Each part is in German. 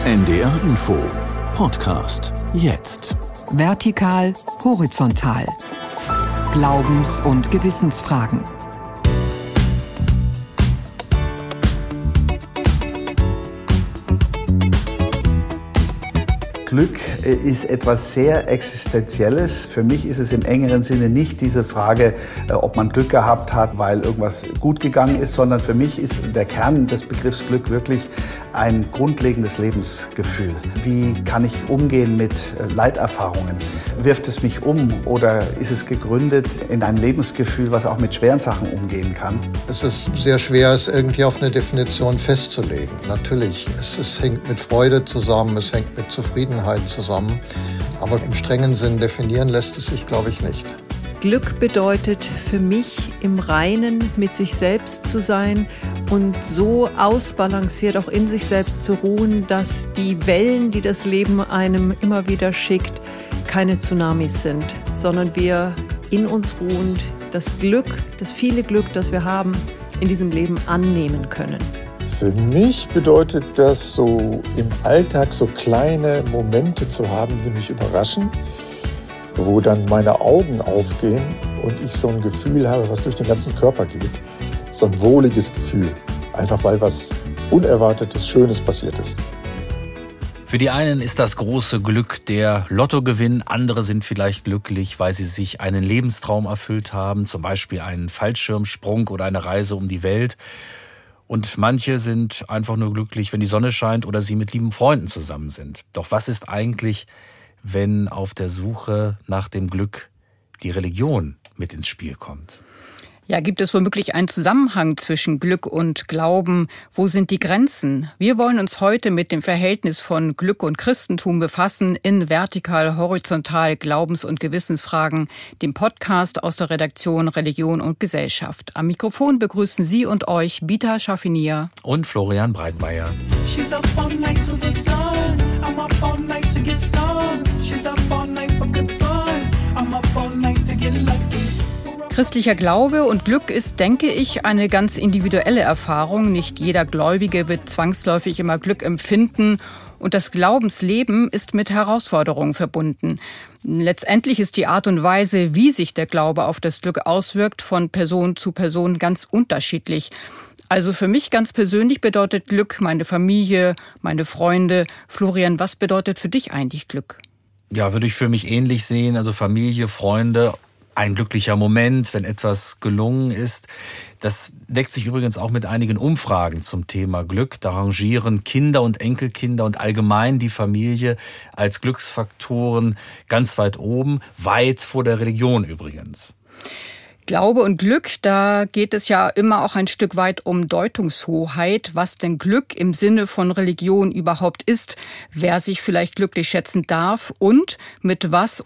NDR Info Podcast jetzt. Vertikal, horizontal. Glaubens- und Gewissensfragen. Glück ist etwas sehr Existenzielles. Für mich ist es im engeren Sinne nicht diese Frage, ob man Glück gehabt hat, weil irgendwas gut gegangen ist, sondern für mich ist der Kern des Begriffs Glück wirklich ein grundlegendes Lebensgefühl. Wie kann ich umgehen mit Leiterfahrungen? Wirft es mich um oder ist es gegründet in einem Lebensgefühl, was auch mit schweren Sachen umgehen kann? Es ist sehr schwer, es irgendwie auf eine Definition festzulegen. Natürlich, es hängt mit Freude zusammen, es hängt mit Zufriedenheit zusammen. Aber im strengen Sinn definieren lässt es sich, glaube ich, nicht. Glück bedeutet für mich, im Reinen mit sich selbst zu sein und so ausbalanciert auch in sich selbst zu ruhen, dass die Wellen, die das Leben einem immer wieder schickt, keine Tsunamis sind, sondern wir in uns ruhend das Glück, das viele Glück, das wir haben, in diesem Leben annehmen können. Für mich bedeutet das, so im Alltag so kleine Momente zu haben, die mich überraschen, wo dann meine Augen aufgehen und ich so ein Gefühl habe, was durch den ganzen Körper geht. So ein wohliges Gefühl. Einfach weil was Unerwartetes, Schönes passiert ist. Für die einen ist das große Glück der Lottogewinn. Andere sind vielleicht glücklich, weil sie sich einen Lebenstraum erfüllt haben. Zum Beispiel einen Fallschirmsprung oder eine Reise um die Welt. Und manche sind einfach nur glücklich, wenn die Sonne scheint oder sie mit lieben Freunden zusammen sind. Doch was ist eigentlich, wenn auf der Suche nach dem Glück die Religion mit ins Spiel kommt? Ja, gibt es womöglich einen Zusammenhang zwischen Glück und Glauben? Wo sind die Grenzen? Wir wollen uns heute mit dem Verhältnis von Glück und Christentum befassen in Vertikal, Horizontal, Glaubens- und Gewissensfragen, dem Podcast aus der Redaktion Religion und Gesellschaft. Am Mikrofon begrüßen Sie und euch Bita Schaffinier und Florian Breitmeier. Christlicher Glaube und Glück ist, denke ich, eine ganz individuelle Erfahrung. Nicht jeder Gläubige wird zwangsläufig immer Glück empfinden. Und das Glaubensleben ist mit Herausforderungen verbunden. Letztendlich ist die Art und Weise, wie sich der Glaube auf das Glück auswirkt, von Person zu Person ganz unterschiedlich. Also für mich ganz persönlich bedeutet Glück meine Familie, meine Freunde. Florian, was bedeutet für dich eigentlich Glück? Ja, würde ich für mich ähnlich sehen. Also Familie, Freunde, ein glücklicher Moment, wenn etwas gelungen ist. Das deckt sich übrigens auch mit einigen Umfragen zum Thema Glück. Da rangieren Kinder und Enkelkinder und allgemein die Familie als Glücksfaktoren ganz weit oben, weit vor der Religion übrigens. Glaube und Glück, da geht es ja immer auch ein Stück weit um Deutungshoheit, was denn Glück im Sinne von Religion überhaupt ist, wer sich vielleicht glücklich schätzen darf und mit was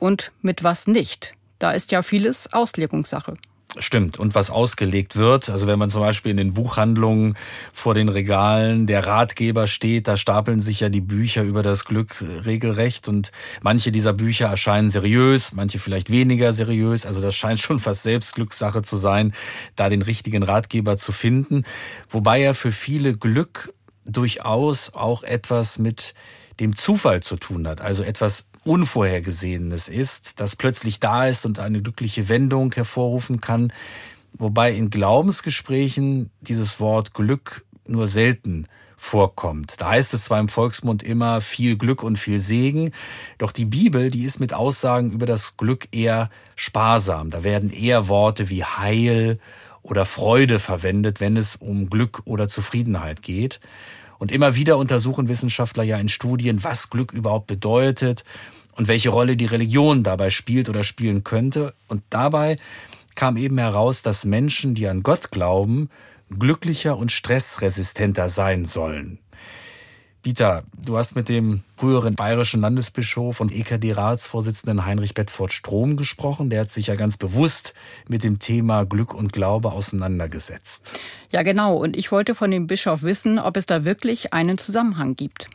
nicht. Da ist ja vieles Auslegungssache. Stimmt. Und was ausgelegt wird, also wenn man zum Beispiel in den Buchhandlungen vor den Regalen der Ratgeber steht, da stapeln sich ja die Bücher über das Glück regelrecht und manche dieser Bücher erscheinen seriös, manche vielleicht weniger seriös. Also das scheint schon fast selbst Glückssache zu sein, da den richtigen Ratgeber zu finden. Wobei ja für viele Glück durchaus auch etwas mit dem Zufall zu tun hat, also etwas Unvorhergesehenes ist, das plötzlich da ist und eine glückliche Wendung hervorrufen kann, wobei in Glaubensgesprächen dieses Wort Glück nur selten vorkommt. Da heißt es zwar im Volksmund immer viel Glück und viel Segen, doch die Bibel, die ist mit Aussagen über das Glück eher sparsam. Da werden eher Worte wie Heil oder Freude verwendet, wenn es um Glück oder Zufriedenheit geht. Und immer wieder untersuchen Wissenschaftler ja in Studien, was Glück überhaupt bedeutet und welche Rolle die Religion dabei spielt oder spielen könnte. Und dabei kam eben heraus, dass Menschen, die an Gott glauben, glücklicher und stressresistenter sein sollen. Bita, du hast mit dem früheren bayerischen Landesbischof und EKD-Ratsvorsitzenden Heinrich Bedford-Strom gesprochen. Der hat sich ja ganz bewusst mit dem Thema Glück und Glaube auseinandergesetzt. Ja, genau. Und ich wollte von dem Bischof wissen, ob es da wirklich einen Zusammenhang gibt.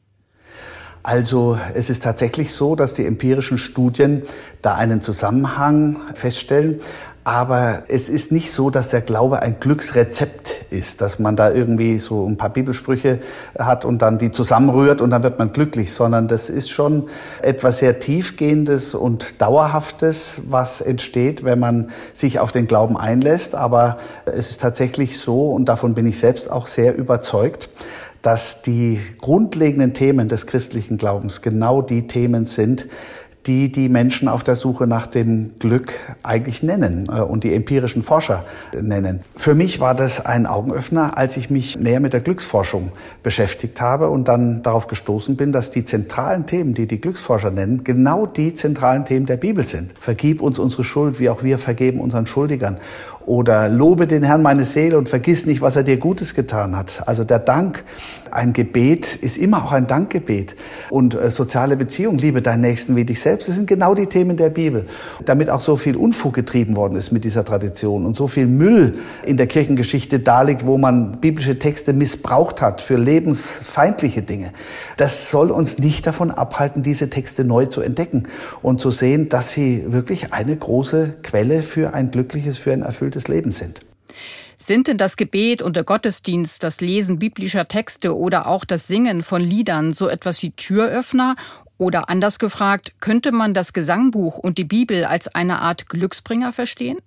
Also es ist tatsächlich so, dass die empirischen Studien da einen Zusammenhang feststellen. Aber es ist nicht so, dass der Glaube ein Glücksrezept ist, dass man da irgendwie so ein paar Bibelsprüche hat und dann die zusammenrührt und dann wird man glücklich, sondern das ist schon etwas sehr Tiefgehendes und Dauerhaftes, was entsteht, wenn man sich auf den Glauben einlässt. Aber es ist tatsächlich so, und davon bin ich selbst auch sehr überzeugt, dass die grundlegenden Themen des christlichen Glaubens genau die Themen sind, die die Menschen auf der Suche nach dem Glück eigentlich nennen und die empirischen Forscher nennen. Für mich war das ein Augenöffner, als ich mich näher mit der Glücksforschung beschäftigt habe und dann darauf gestoßen bin, dass die zentralen Themen, die die Glücksforscher nennen, genau die zentralen Themen der Bibel sind. Vergib uns unsere Schuld, wie auch wir vergeben unseren Schuldigern. Oder lobe den Herrn meine Seele und vergiss nicht, was er dir Gutes getan hat. Also der Dank, ein Gebet ist immer auch ein Dankgebet. Und soziale Beziehung, liebe deinen Nächsten wie dich selbst, das sind genau die Themen der Bibel. Damit auch so viel Unfug getrieben worden ist mit dieser Tradition und so viel Müll in der Kirchengeschichte darliegt, wo man biblische Texte missbraucht hat für lebensfeindliche Dinge. Das soll uns nicht davon abhalten, diese Texte neu zu entdecken und zu sehen, dass sie wirklich eine große Quelle für ein glückliches, für ein erfülltes Leben sind. Sind denn das Gebet und der Gottesdienst, das Lesen biblischer Texte oder auch das Singen von Liedern so etwas wie Türöffner? Oder anders gefragt, könnte man das Gesangbuch und die Bibel als eine Art Glücksbringer verstehen?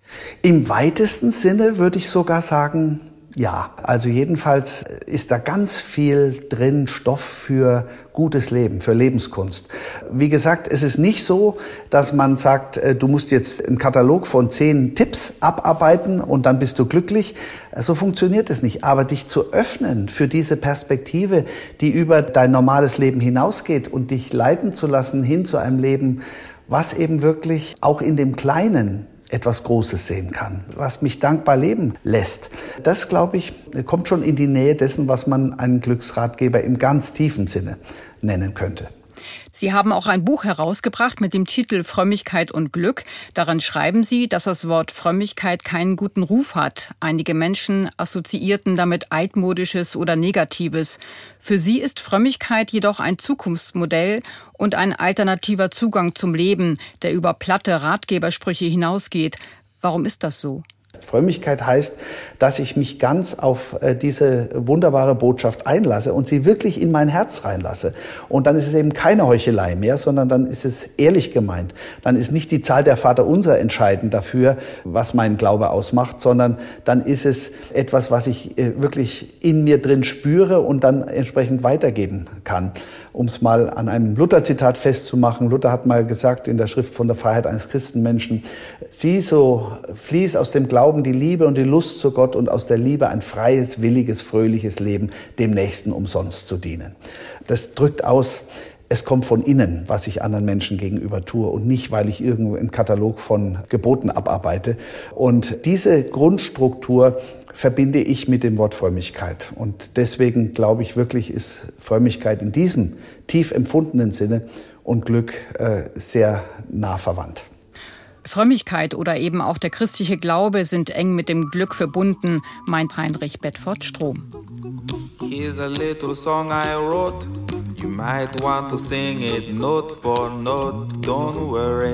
Im weitesten Sinne würde ich sogar sagen, ja. Also jedenfalls ist da ganz viel drin, Stoff für gutes Leben, für Lebenskunst. Wie gesagt, es ist nicht so, dass man sagt, du musst jetzt einen Katalog von 10 Tipps abarbeiten und dann bist du glücklich. So funktioniert es nicht. Aber dich zu öffnen für diese Perspektive, die über dein normales Leben hinausgeht und dich leiten zu lassen hin zu einem Leben, was eben wirklich auch in dem Kleinen etwas Großes sehen kann, was mich dankbar leben lässt. Das, glaube ich, kommt schon in die Nähe dessen, was man einen Glücksratgeber im ganz tiefen Sinne nennen könnte. Sie haben auch ein Buch herausgebracht mit dem Titel Frömmigkeit und Glück. Darin schreiben Sie, dass das Wort Frömmigkeit keinen guten Ruf hat. Einige Menschen assoziierten damit Altmodisches oder Negatives. Für Sie ist Frömmigkeit jedoch ein Zukunftsmodell und ein alternativer Zugang zum Leben, der über platte Ratgebersprüche hinausgeht. Warum ist das so? Frömmigkeit heißt, dass ich mich ganz auf diese wunderbare Botschaft einlasse und sie wirklich in mein Herz reinlasse. Und dann ist es eben keine Heuchelei mehr, sondern dann ist es ehrlich gemeint. Dann ist nicht die Zahl der Vaterunser entscheidend dafür, was mein Glaube ausmacht, sondern dann ist es etwas, was ich wirklich in mir drin spüre und dann entsprechend weitergeben kann. Um es mal an einem Luther-Zitat festzumachen. Luther hat mal gesagt in der Schrift von der Freiheit eines Christenmenschen, sieh, so fließt aus dem Glauben die Liebe und die Lust zu Gott und aus der Liebe ein freies, williges, fröhliches Leben, dem Nächsten umsonst zu dienen. Das drückt aus, es kommt von innen, was ich anderen Menschen gegenüber tue und nicht, weil ich irgendeinen Katalog von Geboten abarbeite. Und diese Grundstruktur verbinde ich mit dem Wort Frömmigkeit. Und deswegen glaube ich wirklich, ist Frömmigkeit in diesem tief empfundenen Sinne und Glück sehr nah verwandt. Frömmigkeit oder eben auch der christliche Glaube sind eng mit dem Glück verbunden, meint Heinrich Bedford Strom. Here's a little song I wrote. You might want to sing it note for note. Don't worry.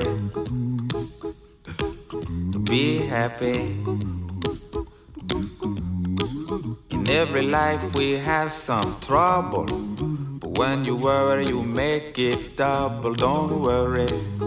Be happy. In every life we have some trouble. But when you worry, you make it double. Don't worry.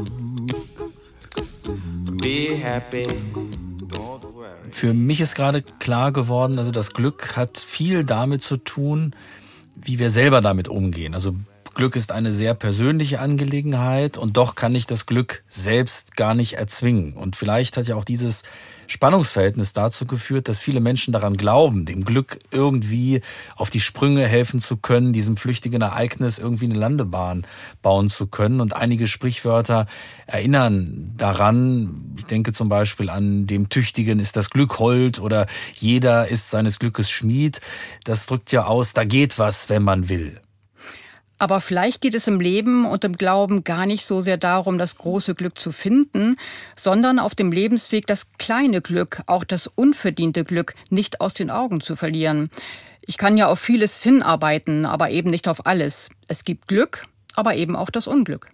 Be happy. Für mich ist gerade klar geworden, also das Glück hat viel damit zu tun, wie wir selber damit umgehen. Also Glück ist eine sehr persönliche Angelegenheit und doch kann ich das Glück selbst gar nicht erzwingen. Und vielleicht hat ja auch dieses Spannungsverhältnis dazu geführt, dass viele Menschen daran glauben, dem Glück irgendwie auf die Sprünge helfen zu können, diesem flüchtigen Ereignis irgendwie eine Landebahn bauen zu können. Und einige Sprichwörter erinnern daran, ich denke zum Beispiel an dem Tüchtigen ist das Glück hold oder jeder ist seines Glückes Schmied. Das drückt ja aus, da geht was, wenn man will. Aber vielleicht geht es im Leben und im Glauben gar nicht so sehr darum, das große Glück zu finden, sondern auf dem Lebensweg das kleine Glück, auch das unverdiente Glück, nicht aus den Augen zu verlieren. Ich kann ja auf vieles hinarbeiten, aber eben nicht auf alles. Es gibt Glück, aber eben auch das Unglück.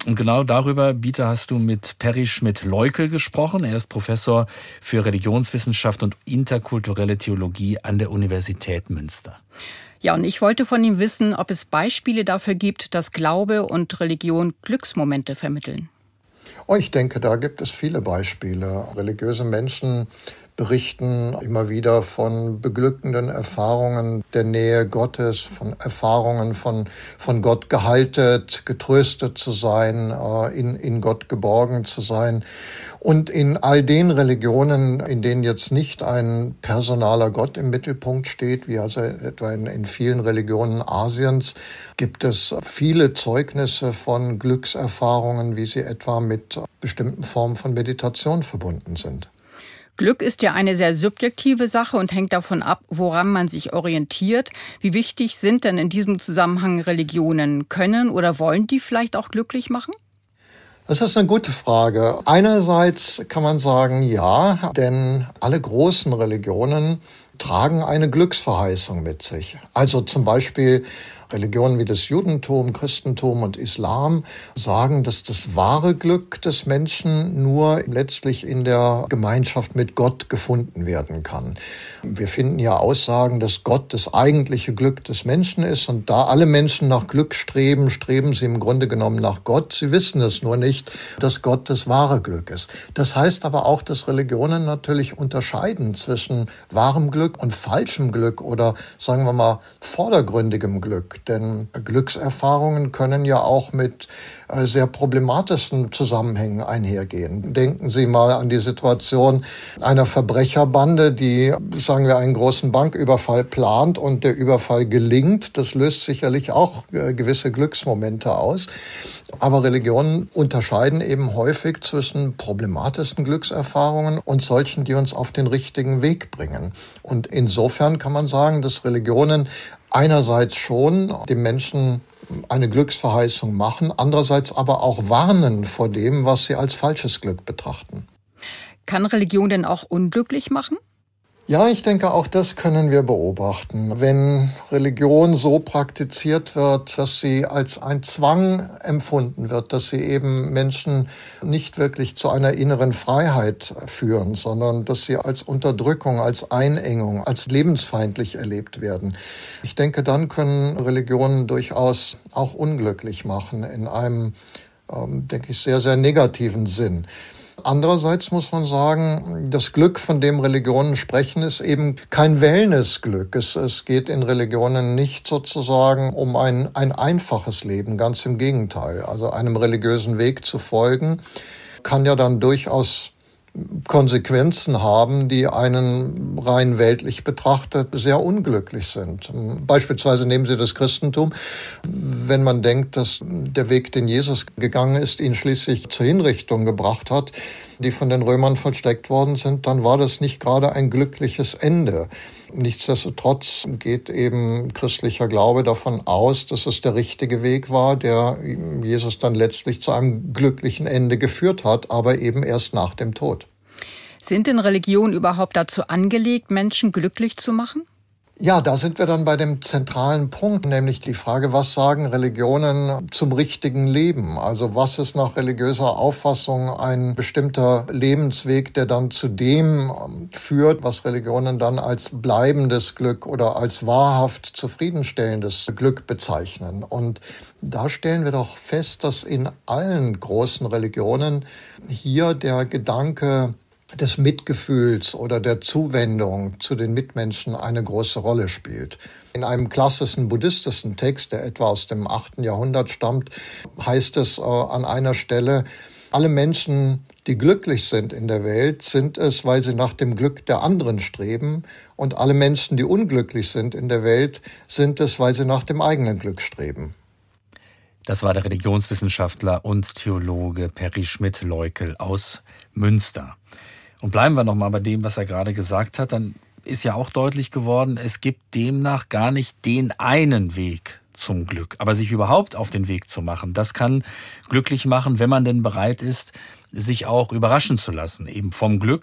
Und genau darüber, Biete, hast du mit Perry Schmidt-Leukel gesprochen. Er ist Professor für Religionswissenschaft und interkulturelle Theologie an der Universität Münster. Ja, und ich wollte von ihm wissen, ob es Beispiele dafür gibt, dass Glaube und Religion Glücksmomente vermitteln. Oh, ich denke, da gibt es viele Beispiele. Religiöse Menschen berichten immer wieder von beglückenden Erfahrungen der Nähe Gottes, von Erfahrungen von Gott gehalten, getröstet zu sein, in Gott geborgen zu sein. Und in all den Religionen, in denen jetzt nicht ein personaler Gott im Mittelpunkt steht, wie also etwa in vielen Religionen Asiens, gibt es viele Zeugnisse von Glückserfahrungen, wie sie etwa mit bestimmten Formen von Meditation verbunden sind. Glück ist ja eine sehr subjektive Sache und hängt davon ab, woran man sich orientiert. Wie wichtig sind denn in diesem Zusammenhang Religionen? Können oder wollen die vielleicht auch glücklich machen? Das ist eine gute Frage. Einerseits kann man sagen, ja, denn alle großen Religionen tragen eine Glücksverheißung mit sich. Also zum Beispiel Religionen wie das Judentum, Christentum und Islam sagen, dass das wahre Glück des Menschen nur letztlich in der Gemeinschaft mit Gott gefunden werden kann. Wir finden ja Aussagen, dass Gott das eigentliche Glück des Menschen ist und da alle Menschen nach Glück streben, streben sie im Grunde genommen nach Gott. Sie wissen es nur nicht, dass Gott das wahre Glück ist. Das heißt aber auch, dass Religionen natürlich unterscheiden zwischen wahrem Glück und falschem Glück oder sagen wir mal vordergründigem Glück. Denn Glückserfahrungen können ja auch mit sehr problematischen Zusammenhängen einhergehen. Denken Sie mal an die Situation einer Verbrecherbande, die, sagen wir, einen großen Banküberfall plant und der Überfall gelingt. Das löst sicherlich auch gewisse Glücksmomente aus. Aber Religionen unterscheiden eben häufig zwischen problematischen Glückserfahrungen und solchen, die uns auf den richtigen Weg bringen. Und insofern kann man sagen, dass Religionen einerseits schon dem Menschen eine Glücksverheißung machen, andererseits aber auch warnen vor dem, was sie als falsches Glück betrachten. Kann Religion denn auch unglücklich machen? Ja, ich denke, auch das können wir beobachten. Wenn Religion so praktiziert wird, dass sie als ein Zwang empfunden wird, dass sie eben Menschen nicht wirklich zu einer inneren Freiheit führen, sondern dass sie als Unterdrückung, als Einengung, als lebensfeindlich erlebt werden. Ich denke, dann können Religionen durchaus auch unglücklich machen in einem, denke ich, sehr, sehr negativen Sinn. Andererseits muss man sagen, das Glück, von dem Religionen sprechen, ist eben kein Wellnessglück. Es geht in Religionen nicht sozusagen um ein einfaches Leben, ganz im Gegenteil. Also einem religiösen Weg zu folgen, kann ja dann durchaus Konsequenzen haben, die einen rein weltlich betrachtet sehr unglücklich sind. Beispielsweise nehmen Sie das Christentum. Wenn man denkt, dass der Weg, den Jesus gegangen ist, ihn schließlich zur Hinrichtung gebracht hat, die von den Römern vollstreckt worden sind, dann war das nicht gerade ein glückliches Ende. Nichtsdestotrotz geht eben christlicher Glaube davon aus, dass es der richtige Weg war, der Jesus dann letztlich zu einem glücklichen Ende geführt hat, aber eben erst nach dem Tod. Sind denn Religionen überhaupt dazu angelegt, Menschen glücklich zu machen? Ja, da sind wir dann bei dem zentralen Punkt, nämlich die Frage, was sagen Religionen zum richtigen Leben? Also was ist nach religiöser Auffassung ein bestimmter Lebensweg, der dann zu dem führt, was Religionen dann als bleibendes Glück oder als wahrhaft zufriedenstellendes Glück bezeichnen? Und da stellen wir doch fest, dass in allen großen Religionen hier der Gedanke des Mitgefühls oder der Zuwendung zu den Mitmenschen eine große Rolle spielt. In einem klassischen buddhistischen Text, der etwa aus dem 8. Jahrhundert stammt, heißt es an einer Stelle, alle Menschen, die glücklich sind in der Welt, sind es, weil sie nach dem Glück der anderen streben, und alle Menschen, die unglücklich sind in der Welt, sind es, weil sie nach dem eigenen Glück streben. Das war der Religionswissenschaftler und Theologe Perry Schmidt-Leukel aus Münster. Und bleiben wir nochmal bei dem, was er gerade gesagt hat, dann ist ja auch deutlich geworden, es gibt demnach gar nicht den einen Weg zum Glück. Aber sich überhaupt auf den Weg zu machen, das kann glücklich machen, wenn man denn bereit ist, sich auch überraschen zu lassen, eben vom Glück,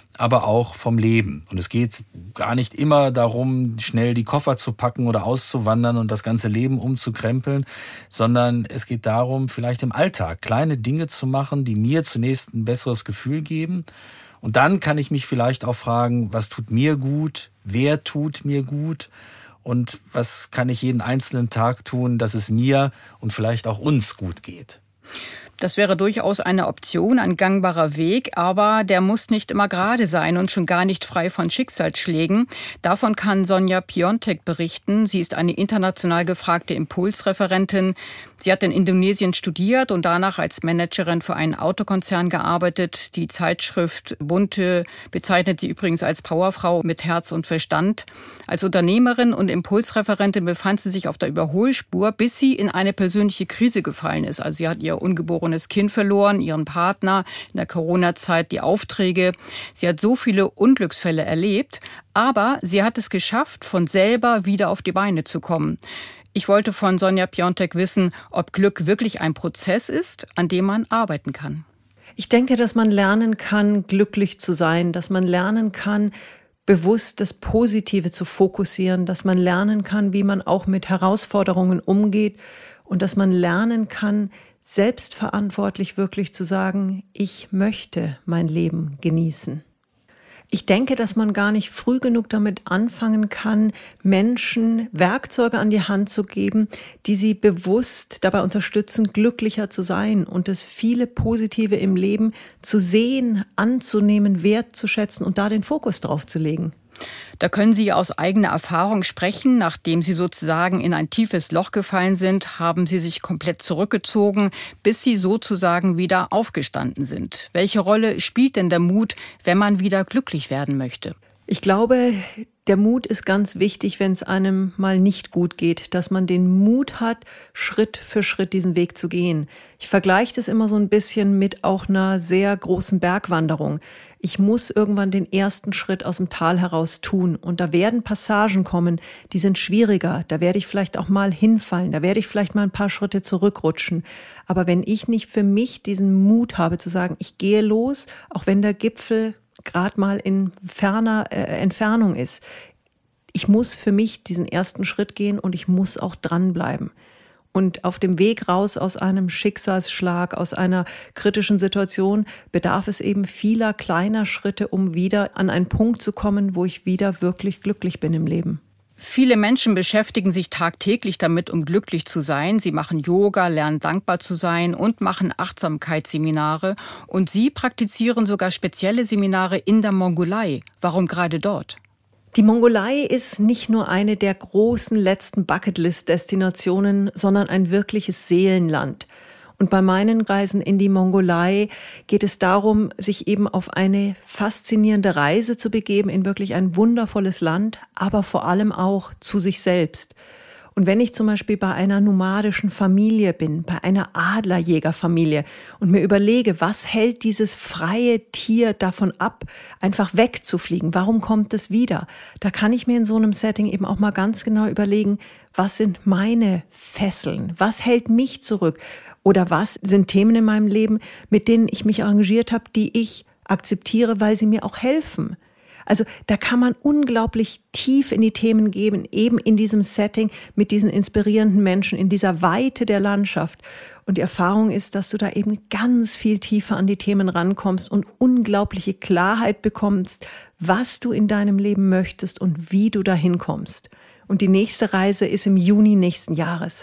aber auch vom Leben. Und es geht gar nicht immer darum, schnell die Koffer zu packen oder auszuwandern und das ganze Leben umzukrempeln, sondern es geht darum, vielleicht im Alltag kleine Dinge zu machen, die mir zunächst ein besseres Gefühl geben. Und dann kann ich mich vielleicht auch fragen, was tut mir gut, wer tut mir gut und was kann ich jeden einzelnen Tag tun, dass es mir und vielleicht auch uns gut geht. Das wäre durchaus eine Option, ein gangbarer Weg, aber der muss nicht immer gerade sein und schon gar nicht frei von Schicksalsschlägen. Davon kann Sonja Piontek berichten. Sie ist eine international gefragte Impulsreferentin. Sie hat in Indonesien studiert und danach als Managerin für einen Autokonzern gearbeitet. Die Zeitschrift Bunte bezeichnet sie übrigens als Powerfrau mit Herz und Verstand. Als Unternehmerin und Impulsreferentin befand sie sich auf der Überholspur, bis sie in eine persönliche Krise gefallen ist. Also sie hat ihr ungeborenes Kind verloren, ihren Partner, in der Corona-Zeit die Aufträge. Sie hat so viele Unglücksfälle erlebt, aber sie hat es geschafft, von selber wieder auf die Beine zu kommen. Ich wollte von Sonja Piontek wissen, ob Glück wirklich ein Prozess ist, an dem man arbeiten kann. Ich denke, dass man lernen kann, glücklich zu sein, dass man lernen kann, bewusst das Positive zu fokussieren, dass man lernen kann, wie man auch mit Herausforderungen umgeht und dass man lernen kann, selbstverantwortlich wirklich zu sagen, ich möchte mein Leben genießen. Ich denke, dass man gar nicht früh genug damit anfangen kann, Menschen Werkzeuge an die Hand zu geben, die sie bewusst dabei unterstützen, glücklicher zu sein und das viele Positive im Leben zu sehen, anzunehmen, wertzuschätzen und da den Fokus drauf zu legen. Da können Sie aus eigener Erfahrung sprechen. Nachdem Sie sozusagen in ein tiefes Loch gefallen sind, haben Sie sich komplett zurückgezogen, bis Sie sozusagen wieder aufgestanden sind. Welche Rolle spielt denn der Mut, wenn man wieder glücklich werden möchte? Ich glaube, der Mut ist ganz wichtig, wenn es einem mal nicht gut geht, dass man den Mut hat, Schritt für Schritt diesen Weg zu gehen. Ich vergleiche das immer so ein bisschen mit auch einer sehr großen Bergwanderung. Ich muss irgendwann den ersten Schritt aus dem Tal heraus tun und da werden Passagen kommen, die sind schwieriger. Da werde ich vielleicht auch mal hinfallen, da werde ich vielleicht mal ein paar Schritte zurückrutschen. Aber wenn ich nicht für mich diesen Mut habe zu sagen, ich gehe los, auch wenn der Gipfel gerade mal in ferner Entfernung ist. Ich muss für mich diesen ersten Schritt gehen und ich muss auch dranbleiben. Und auf dem Weg raus aus einem Schicksalsschlag, aus einer kritischen Situation, bedarf es eben vieler kleiner Schritte, um wieder an einen Punkt zu kommen, wo ich wieder wirklich glücklich bin im Leben. Viele Menschen beschäftigen sich tagtäglich damit, um glücklich zu sein. Sie machen Yoga, lernen dankbar zu sein und machen Achtsamkeitsseminare. Und Sie praktizieren sogar spezielle Seminare in der Mongolei. Warum gerade dort? Die Mongolei ist nicht nur eine der großen letzten Bucketlist-Destinationen, sondern ein wirkliches Seelenland. Und bei meinen Reisen in die Mongolei geht es darum, sich eben auf eine faszinierende Reise zu begeben in wirklich ein wundervolles Land, aber vor allem auch zu sich selbst. Und wenn ich zum Beispiel bei einer nomadischen Familie bin, bei einer Adlerjägerfamilie und mir überlege, was hält dieses freie Tier davon ab, einfach wegzufliegen? Warum kommt es wieder? Da kann ich mir in so einem Setting eben auch mal ganz genau überlegen, was sind meine Fesseln? Was hält mich zurück? Oder was sind Themen in meinem Leben, mit denen ich mich engagiert habe, die ich akzeptiere, weil sie mir auch helfen? Also da kann man unglaublich tief in die Themen gehen, eben in diesem Setting mit diesen inspirierenden Menschen, in dieser Weite der Landschaft. Und die Erfahrung ist, dass du da eben ganz viel tiefer an die Themen rankommst und unglaubliche Klarheit bekommst, was du in deinem Leben möchtest und wie du dahin kommst. Und die nächste Reise ist im Juni nächsten Jahres.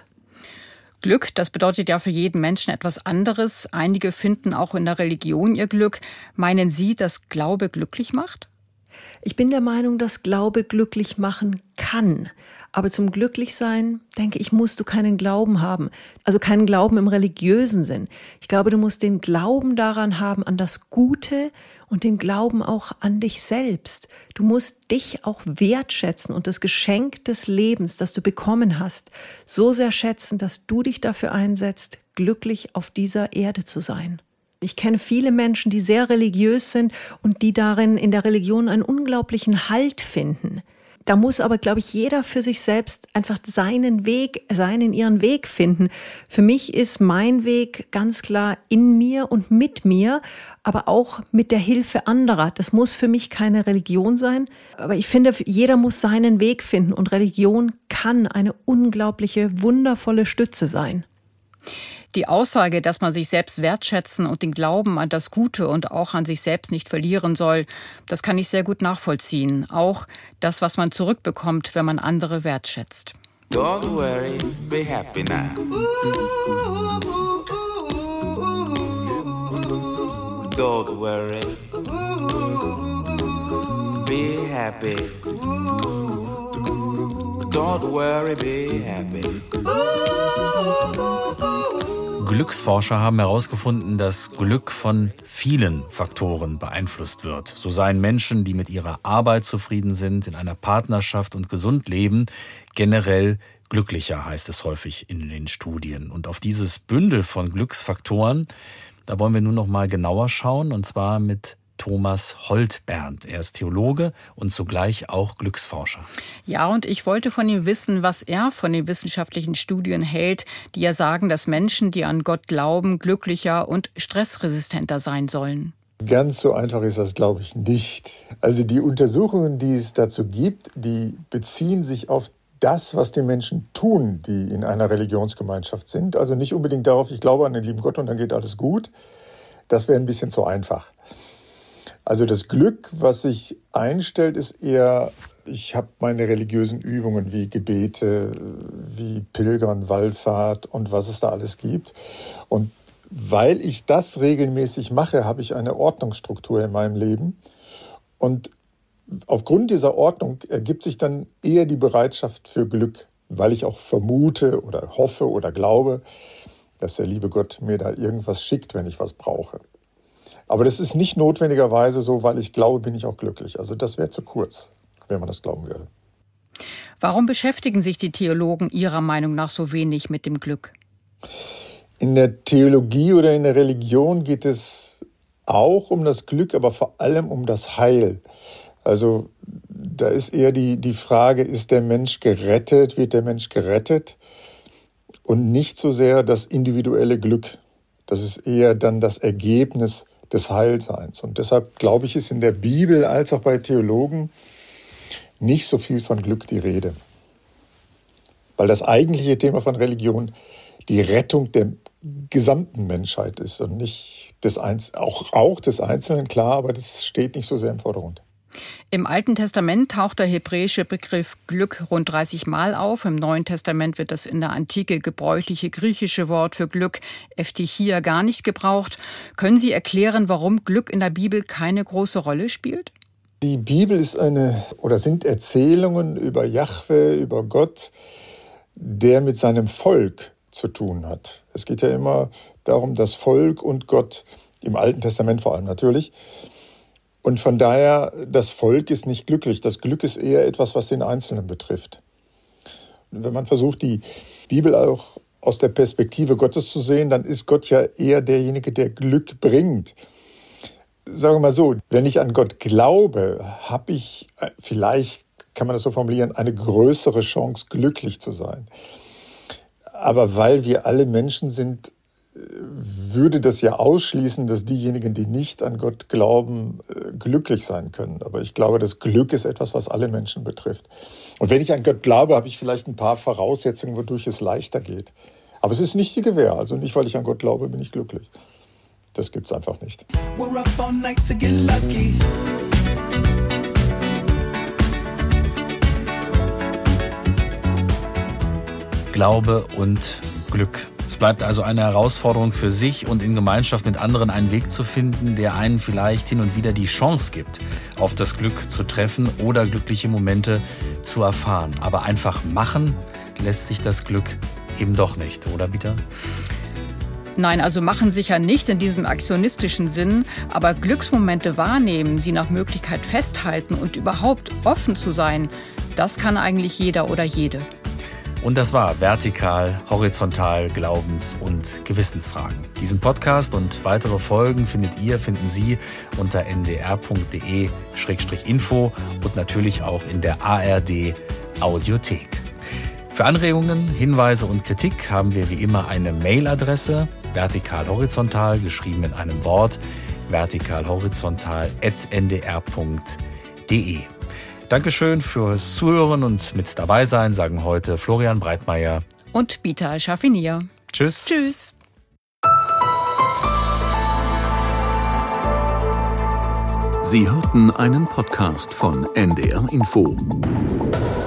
Glück, das bedeutet ja für jeden Menschen etwas anderes. Einige finden auch in der Religion ihr Glück. Meinen Sie, dass Glaube glücklich macht? Ich bin der Meinung, dass Glaube glücklich machen kann. Aber zum Glücklichsein, denke ich, musst du keinen Glauben haben. Also keinen Glauben im religiösen Sinn. Ich glaube, du musst den Glauben daran haben, an das Gute und den Glauben auch an dich selbst. Du musst dich auch wertschätzen und das Geschenk des Lebens, das du bekommen hast, so sehr schätzen, dass du dich dafür einsetzt, glücklich auf dieser Erde zu sein. Ich kenne viele Menschen, die sehr religiös sind und die darin in der Religion einen unglaublichen Halt finden. Da muss aber, glaube ich, jeder für sich selbst einfach ihren Weg finden. Für mich ist mein Weg ganz klar in mir und mit mir, aber auch mit der Hilfe anderer. Das muss für mich keine Religion sein, aber ich finde, jeder muss seinen Weg finden und Religion kann eine unglaubliche, wundervolle Stütze sein. Die Aussage, dass man sich selbst wertschätzen und den Glauben an das Gute und auch an sich selbst nicht verlieren soll, das kann ich sehr gut nachvollziehen. Auch das, was man zurückbekommt, wenn man andere wertschätzt. Don't worry, be happy now. Don't worry, be happy. Don't worry, be happy. Glücksforscher haben herausgefunden, dass Glück von vielen Faktoren beeinflusst wird. So seien Menschen, die mit ihrer Arbeit zufrieden sind, in einer Partnerschaft und gesund leben, generell glücklicher, heißt es häufig in den Studien. Und auf dieses Bündel von Glücksfaktoren, da wollen wir nun noch mal genauer schauen, und zwar mit Thomas Holtberndt. Er ist Theologe und zugleich auch Glücksforscher. Ja, und ich wollte von ihm wissen, was er von den wissenschaftlichen Studien hält, die ja sagen, dass Menschen, die an Gott glauben, glücklicher und stressresistenter sein sollen. Ganz so einfach ist das, glaube ich, nicht. Also die Untersuchungen, die es dazu gibt, die beziehen sich auf das, was die Menschen tun, die in einer Religionsgemeinschaft sind. Also nicht unbedingt darauf, ich glaube an den lieben Gott und dann geht alles gut. Das wäre ein bisschen zu einfach. Also das Glück, was sich einstellt, ist eher, ich habe meine religiösen Übungen wie Gebete, wie Pilgern, Wallfahrt und was es da alles gibt. Und weil ich das regelmäßig mache, habe ich eine Ordnungsstruktur in meinem Leben. Und aufgrund dieser Ordnung ergibt sich dann eher die Bereitschaft für Glück, weil ich auch vermute oder hoffe oder glaube, dass der liebe Gott mir da irgendwas schickt, wenn ich was brauche. Aber das ist nicht notwendigerweise so, weil ich glaube, bin ich auch glücklich. Also das wäre zu kurz, wenn man das glauben würde. Warum beschäftigen sich die Theologen Ihrer Meinung nach so wenig mit dem Glück? In der Theologie oder in der Religion geht es auch um das Glück, aber vor allem um das Heil. Also da ist eher die Frage, ist der Mensch gerettet, wird der Mensch gerettet? Und nicht so sehr das individuelle Glück. Das ist eher dann das Ergebnis des Heilseins. Und deshalb glaube ich, ist in der Bibel als auch bei Theologen nicht so viel von Glück die Rede. Weil das eigentliche Thema von Religion die Rettung der gesamten Menschheit ist und nicht auch des Einzelnen, klar, aber das steht nicht so sehr im Vordergrund. Im Alten Testament taucht der hebräische Begriff Glück rund 30 Mal auf. Im Neuen Testament wird das in der Antike gebräuchliche griechische Wort für Glück, Ευτυχία, gar nicht gebraucht. Können Sie erklären, warum Glück in der Bibel keine große Rolle spielt? Die Bibel sind Erzählungen über Jahwe, über Gott, der mit seinem Volk zu tun hat. Es geht ja immer darum, das Volk und Gott, im Alten Testament vor allem natürlich. Und von daher, das Volk ist nicht glücklich. Das Glück ist eher etwas, was den Einzelnen betrifft. Und wenn man versucht, die Bibel auch aus der Perspektive Gottes zu sehen, dann ist Gott ja eher derjenige, der Glück bringt. Sagen wir mal so, wenn ich an Gott glaube, habe ich, vielleicht kann man das so formulieren, eine größere Chance, glücklich zu sein. Aber weil wir alle Menschen sind, würde das ja ausschließen, dass diejenigen, die nicht an Gott glauben, glücklich sein können. Aber ich glaube, das Glück ist etwas, was alle Menschen betrifft. Und wenn ich an Gott glaube, habe ich vielleicht ein paar Voraussetzungen, wodurch es leichter geht. Aber es ist nicht die Gewähr. Also nicht, weil ich an Gott glaube, bin ich glücklich. Das gibt's einfach nicht. Glaube und Glück. Es bleibt also eine Herausforderung für sich und in Gemeinschaft mit anderen einen Weg zu finden, der einen vielleicht hin und wieder die Chance gibt, auf das Glück zu treffen oder glückliche Momente zu erfahren. Aber einfach machen lässt sich das Glück eben doch nicht, oder Bita? Nein, also machen sicher nicht in diesem aktionistischen Sinn, aber Glücksmomente wahrnehmen, sie nach Möglichkeit festhalten und überhaupt offen zu sein, das kann eigentlich jeder oder jede. Und das war Vertikal, Horizontal, Glaubens- und Gewissensfragen. Diesen Podcast und weitere Folgen finden Sie unter ndr.de/info und natürlich auch in der ARD Audiothek. Für Anregungen, Hinweise und Kritik haben wir wie immer eine Mailadresse, vertikal-horizontal, geschrieben in einem Wort, vertikal-horizontal@ndr.de. Dankeschön fürs Zuhören und mit dabei sein, sagen heute Florian Breitmeier und Bita Schaffinier. Tschüss. Tschüss. Sie hörten einen Podcast von NDR Info.